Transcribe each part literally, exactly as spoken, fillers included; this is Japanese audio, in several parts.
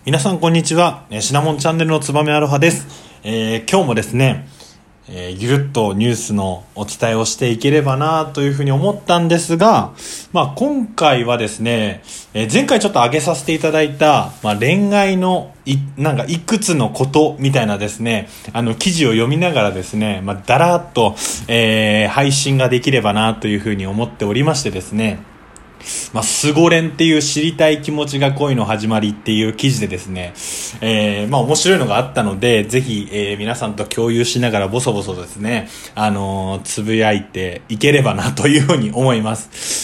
皆さんこんにちは。シナモンチャンネルのつばめアロハです。えー、今日もですね、えー、ゆるっとニュースのお伝えをしていければなというふうに思ったんですが、まあ今回はですね、えー、前回ちょっと上げさせていただいた、まあ、恋愛のいなんかいくつのことみたいなですね、あの記事を読みながらですね、まあだらっと、えー、配信ができればなというふうに思っておりましてですね。まあ、スゴレンっていう知りたい気持ちが恋の始まりっていう記事でですね、えー、まあ面白いのがあったので、ぜひ、えー、皆さんと共有しながらボソボソですね、あのー、つぶやいていければなというふうに思います。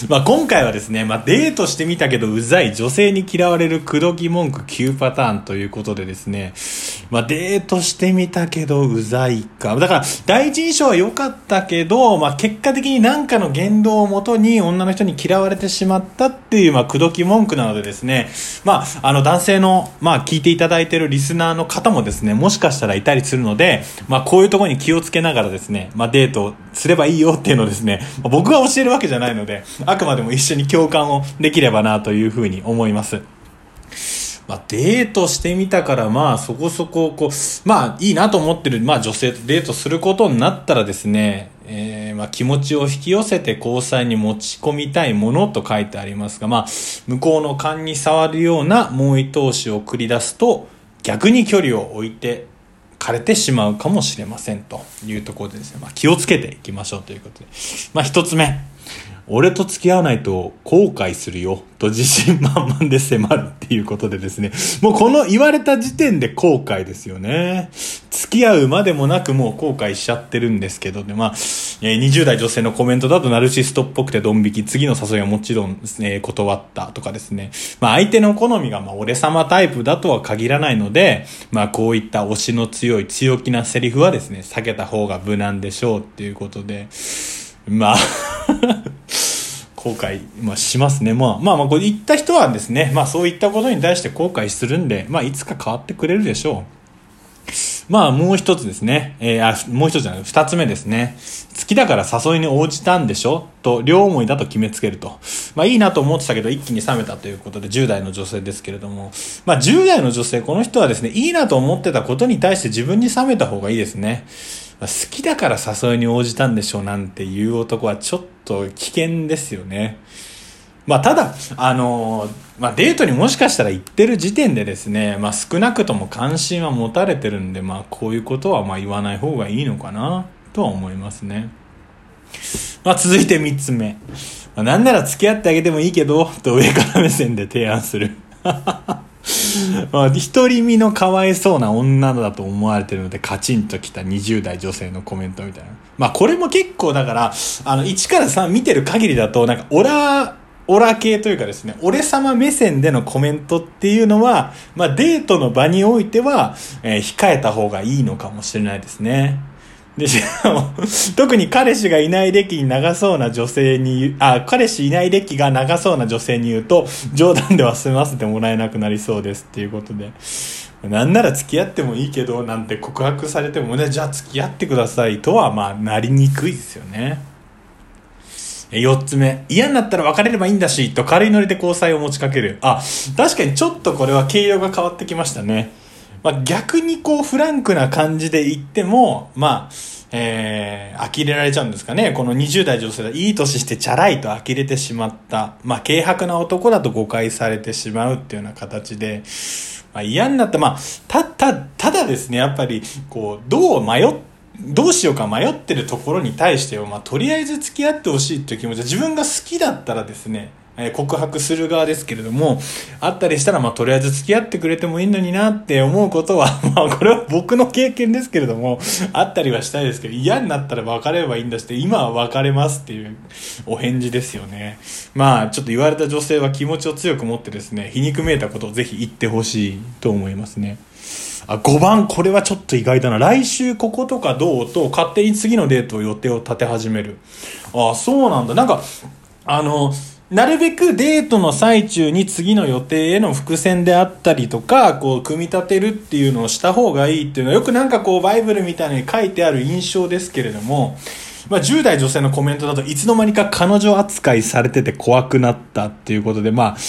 まあ今回はですね、まあデートしてみたけどうざい女性に嫌われる口説き文句きゅうパターンということでですね、まあデートしてみたけどうざいか。だから第一印象は良かったけど、まあ結果的に何かの言動をもとに女の人に嫌われてしまったっていう、まあ、口説き文句なのでですね、まあ、あの男性の、まあ、聞いていただいているリスナーの方もですね、もしかしたらいたりするので、まあ、こういうところに気をつけながらですね、まあ、デートすればいいよっていうのをですね、まあ、僕が教えるわけじゃないので、あくまでも一緒に共感をできればなというふうに思います。まあ、デートしてみたから、まあ、そこそこ、こう、まあ、いいなと思ってる、まあ、女性とデートすることになったらですね、えー、まあ、気持ちを引き寄せて交際に持ち込みたいものと書いてありますが、まあ、向こうの勘に触るような猛威闘志を繰り出すと、逆に距離を置いてかれてしまうかもしれませんというところでですね、まあ、気をつけていきましょうということで。まあ、一つ目。俺と付き合わないと後悔するよと自信満々で迫るっていうことでですね、もうこの言われた時点で後悔ですよね。付き合うまでもなくもう後悔しちゃってるんですけどね、まあ、にじゅう代女性のコメントだとナルシストっぽくてドン引き、次の誘いはもちろんですね、断ったとかですね、まあ相手の好みがまあ俺様タイプだとは限らないので、まあこういった推しの強い強気なセリフはですね、避けた方が無難でしょうっていうことで、まあ後悔、まあ、しますね。まあまあまあこれ言った人はですね、まあそういったことに対して後悔するんで、まあいつか変わってくれるでしょう。まあもう一つですね、えー、あもう一つじゃない二つ目ですね、好きだから誘いに応じたんでしょと両思いだと決めつけると、まあいいなと思ってたけど一気に冷めたということでじゅう代の女性ですけれども、まあじゅう代の女性、この人はですね、いいなと思ってたことに対して自分に冷めた方がいいですね。好きだから誘いに応じたんでしょなんていう男はちょっと危険ですよね。まあただあのー、まあデートにもしかしたら行ってる時点でですね、まあ少なくとも関心は持たれてるんで、まあこういうことはまあ言わない方がいいのかなとは思いますね。まあ続いて三つ目、まあ、なんなら付き合ってあげてもいいけどと上から目線で提案するまあ、独り身のかわいそうな女だと思われてるのでカチンときたにじゅう代女性のコメントみたいな。まあこれも結構だから、あのいちからさん見てる限りだとなんかオラオラ系というかですね、俺様目線でのコメントっていうのは、まあデートの場においては、えー、控えた方がいいのかもしれないですね。で、特に彼氏がいない歴に長そうな女性に、あ、彼氏いない歴が長そうな女性に言うと、冗談では済ませてもらえなくなりそうですっていうことで、なんなら付き合ってもいいけど、なんて告白されてもね、じゃあ付き合ってくださいとは、まあ、なりにくいですよね。四つ目、嫌になったら別れればいいんだし、と軽いノリで交際を持ちかける。あ、確かにちょっとこれは形容が変わってきましたね。まあ、逆にこうフランクな感じで言っても、まあ、えー、呆れられちゃうんですかね。このにじゅう代女性がいい年してチャラいと呆れてしまった。まあ、軽薄な男だと誤解されてしまうっていうような形で、まあ、嫌になった。まあ、た、た、ただですね、やっぱり、こう、どう迷っどうしようか迷ってるところに対しては、まあ、とりあえず付き合ってほしいっていう気持ちは自分が好きだったらですね、えー、告白する側ですけれども、あったりしたら、まあ、とりあえず付き合ってくれてもいいのになって思うことは、まあ、これは僕の経験ですけれども、あったりはしたいですけど、嫌になったら別れればいいんだして、今は別れますっていうお返事ですよね。まあ、ちょっと言われた女性は気持ちを強く持ってですね、皮肉めいたことをぜひ言ってほしいと思いますね。あ、ごばん、これはちょっと意外だな。来週こことかどうと勝手に次のデートを予定を立て始める。あ、そうなんだ。なんか、あの、なるべくデートの最中に次の予定への伏線であったりとか、こう、組み立てるっていうのをした方がいいっていうのは、よくなんかこう、バイブルみたいに書いてある印象ですけれども、まあ、じゅう代女性のコメントだといつの間にか彼女扱いされてて怖くなったっていうことで、まあ、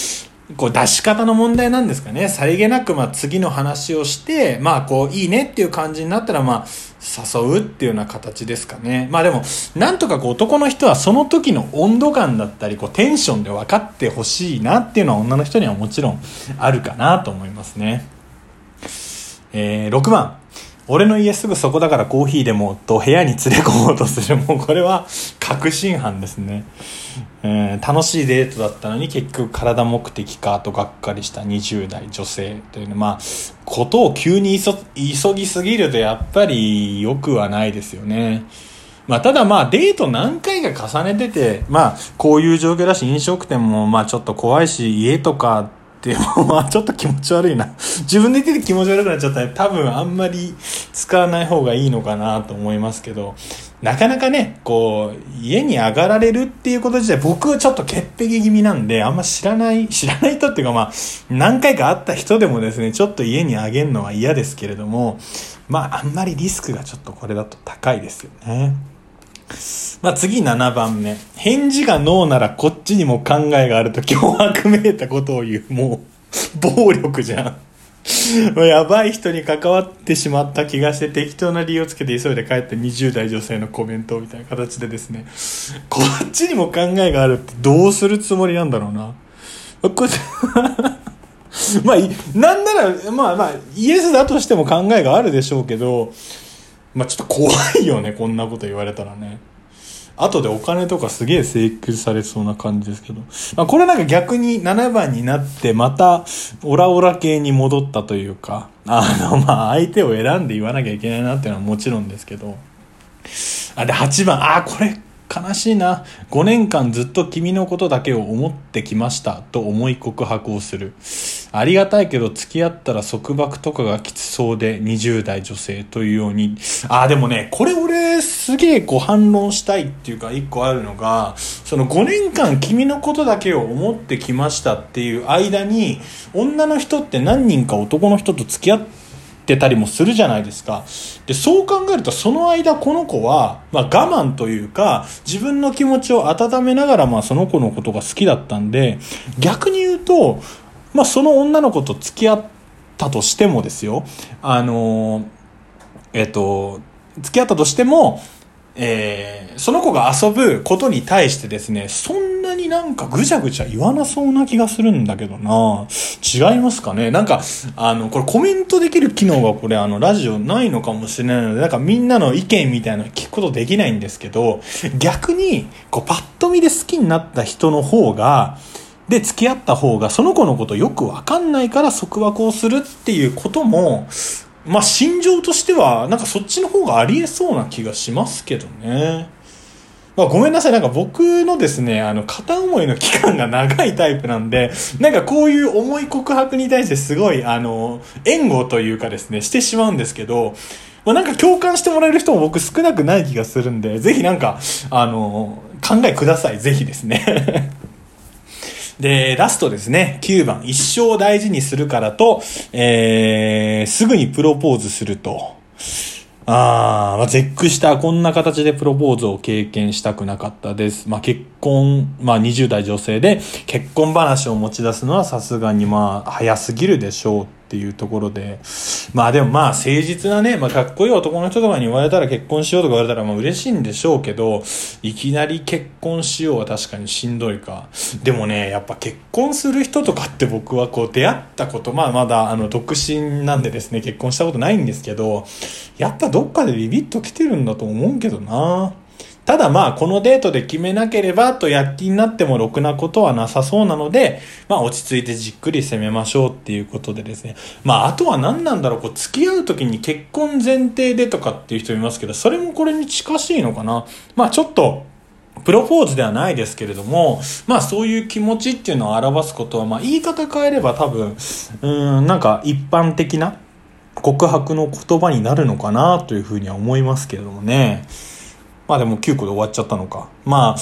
こう出し方の問題なんですかね。さりげなく、まあ次の話をして、まあこういいねっていう感じになったら、まあ誘うっていうような形ですかね。まあでも、なんとかこう男の人はその時の温度感だったり、こうテンションで分かってほしいなっていうのは女の人にはもちろんあるかなと思いますね。えー、ろくばん。俺の家すぐそこだからコーヒーでもと部屋に連れ込もうとする。もうこれは確信犯ですね。えー、楽しいデートだったのに結局体目的かとがっかりしたにじゅう代女性というのまあことを急に急ぎすぎるとやっぱり良くはないですよね。まあただまあデート何回か重ねててまあこういう状況だし飲食店もまあちょっと怖いし家とかでもまあちょっと気持ち悪いな自分で言ってて気持ち悪くなっちゃったら多分あんまり使わない方がいいのかなと思いますけど、なかなかねこう家に上がられるっていうこと自体僕はちょっと潔癖気味なんであんま知らない知らない人っていうかまあ何回か会った人でもですねちょっと家に上げるのは嫌ですけれども、まああんまりリスクがちょっとこれだと高いですよね。まあ次ななばんめ。返事がノーならこっちにも考えがあると脅迫めいたことを言う。もう暴力じゃん。やばい人に関わってしまった気がして適当な理由をつけて急いで帰ったにじゅう代女性のコメントみたいな形でですね、こっちにも考えがあるってどうするつもりなんだろうな。こまあなんならまあまあイエスだとしても考えがあるでしょうけど、まあちょっと怖いよねこんなこと言われたらね。後でお金とかすげえ請求されそうな感じですけど、まあこれなんか逆にななばんになってまたオラオラ系に戻ったというか、あのまあ相手を選んで言わなきゃいけないなっていうのはもちろんですけど、あではちばん、あこれ悲しいな。ごねんかんずっと君のことだけを思ってきましたと思い告白をする。ありがたいけど付き合ったら束縛とかがきつそうでにじゅう代女性というように。あでもねこれ俺すげえこう反論したいっていうか一個あるのが、そのごねんかん君のことだけを思ってきましたっていう間に女の人って何人か男の人と付き合ってってたりもするじゃないですか。でそう考えるとその間この子は、まあ、我慢というか自分の気持ちを温めながら、まあ、その子のことが好きだったんで、逆に言うと、まあ、その女の子と付き合ったとしてもですよ、あのえっと付き合ったとしても、えー、その子が遊ぶことに対してですね、そんなになんかぐちゃぐちゃ言わなそうな気がするんだけどな。違いますかね。なんかあのこれコメントできる機能がこれあのラジオないのかもしれないので、なんかみんなの意見みたいなの聞くことできないんですけど、逆にこうパッと見で好きになった人の方がで付き合った方がその子のことよく分かんないから束縛をするっていうことも、まあ心情としてはなんかそっちの方がありえそうな気がしますけどね。まあごめんなさい、なんか僕のですねあの片思いの期間が長いタイプなんで、なんかこういう重い告白に対してすごいあの援護というかですねしてしまうんですけど、まあ、なんか共感してもらえる人も僕少なくない気がするんで、ぜひなんかあの考えください、ぜひですね。でラストですねきゅうばん、一生大事にするからと、えー、すぐにプロポーズすると。あー、まあ、絶句した。こんな形でプロポーズを経験したくなかったです。まあ、結婚、まあ、にじゅう代女性で結婚話を持ち出すのはさすがにまあ早すぎるでしょうっていうところで、まあでもまあ誠実なね、まあかっこいい男の人とかに言われたら結婚しようとか言われたらまあ嬉しいんでしょうけど、いきなり結婚しようは確かにしんどいか。でもねやっぱ結婚する人とかって僕はこう出会ったこと、まあまだあの独身なんでですね結婚したことないんですけど、やっぱどっかでビビッと来てるんだと思うけどな。ただまあこのデートで決めなければと躍起になってもろくなことはなさそうなので、まあ落ち着いてじっくり攻めましょうっていうことでですね。まああとは何なんだろう、こう付き合う時に結婚前提でとかっていう人いますけど、それもこれに近しいのかな。まあちょっとプロポーズではないですけれども、まあそういう気持ちっていうのを表すことは、まあ言い方変えれば多分うーんなんか一般的な告白の言葉になるのかなというふうには思いますけれどもね。まあでもきゅうこで終わっちゃったのか。まあ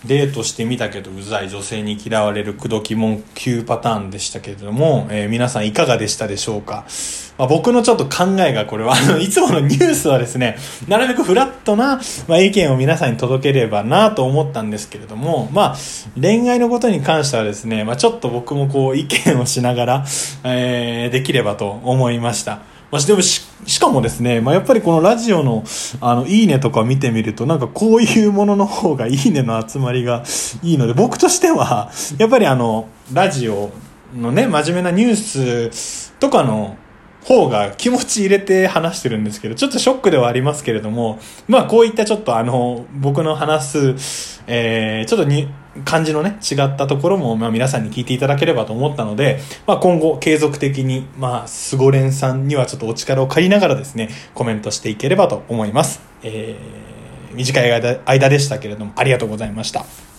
デートしてみたけどうざい女性に嫌われる口説き文きゅうパターンでしたけれども、えー、皆さんいかがでしたでしょうか。まあ、僕のちょっと考えがこれは、あの、いつものニュースはですね、なるべくフラットな、まあ、意見を皆さんに届ければなと思ったんですけれども、まあ、恋愛のことに関してはですね、まあ、ちょっと僕もこう意見をしながら、えー、できればと思いました。まあ、でも し, しかもですね、まあ、やっぱりこのラジオのあのいいねとか見てみるとなんかこういうものの方がいいねの集まりがいいので、僕としてはやっぱりあのラジオのね真面目なニュースとかの方が気持ち入れて話してるんですけど、ちょっとショックではありますけれども、まあこういったちょっとあの僕の話す、えー、ちょっとに感じのね違ったところもまあ皆さんに聞いていただければと思ったので、まあ今後継続的にまあスゴレンさんにはちょっとお力を借りながらですねコメントしていければと思います。えー、短い間、間でしたけれどもありがとうございました。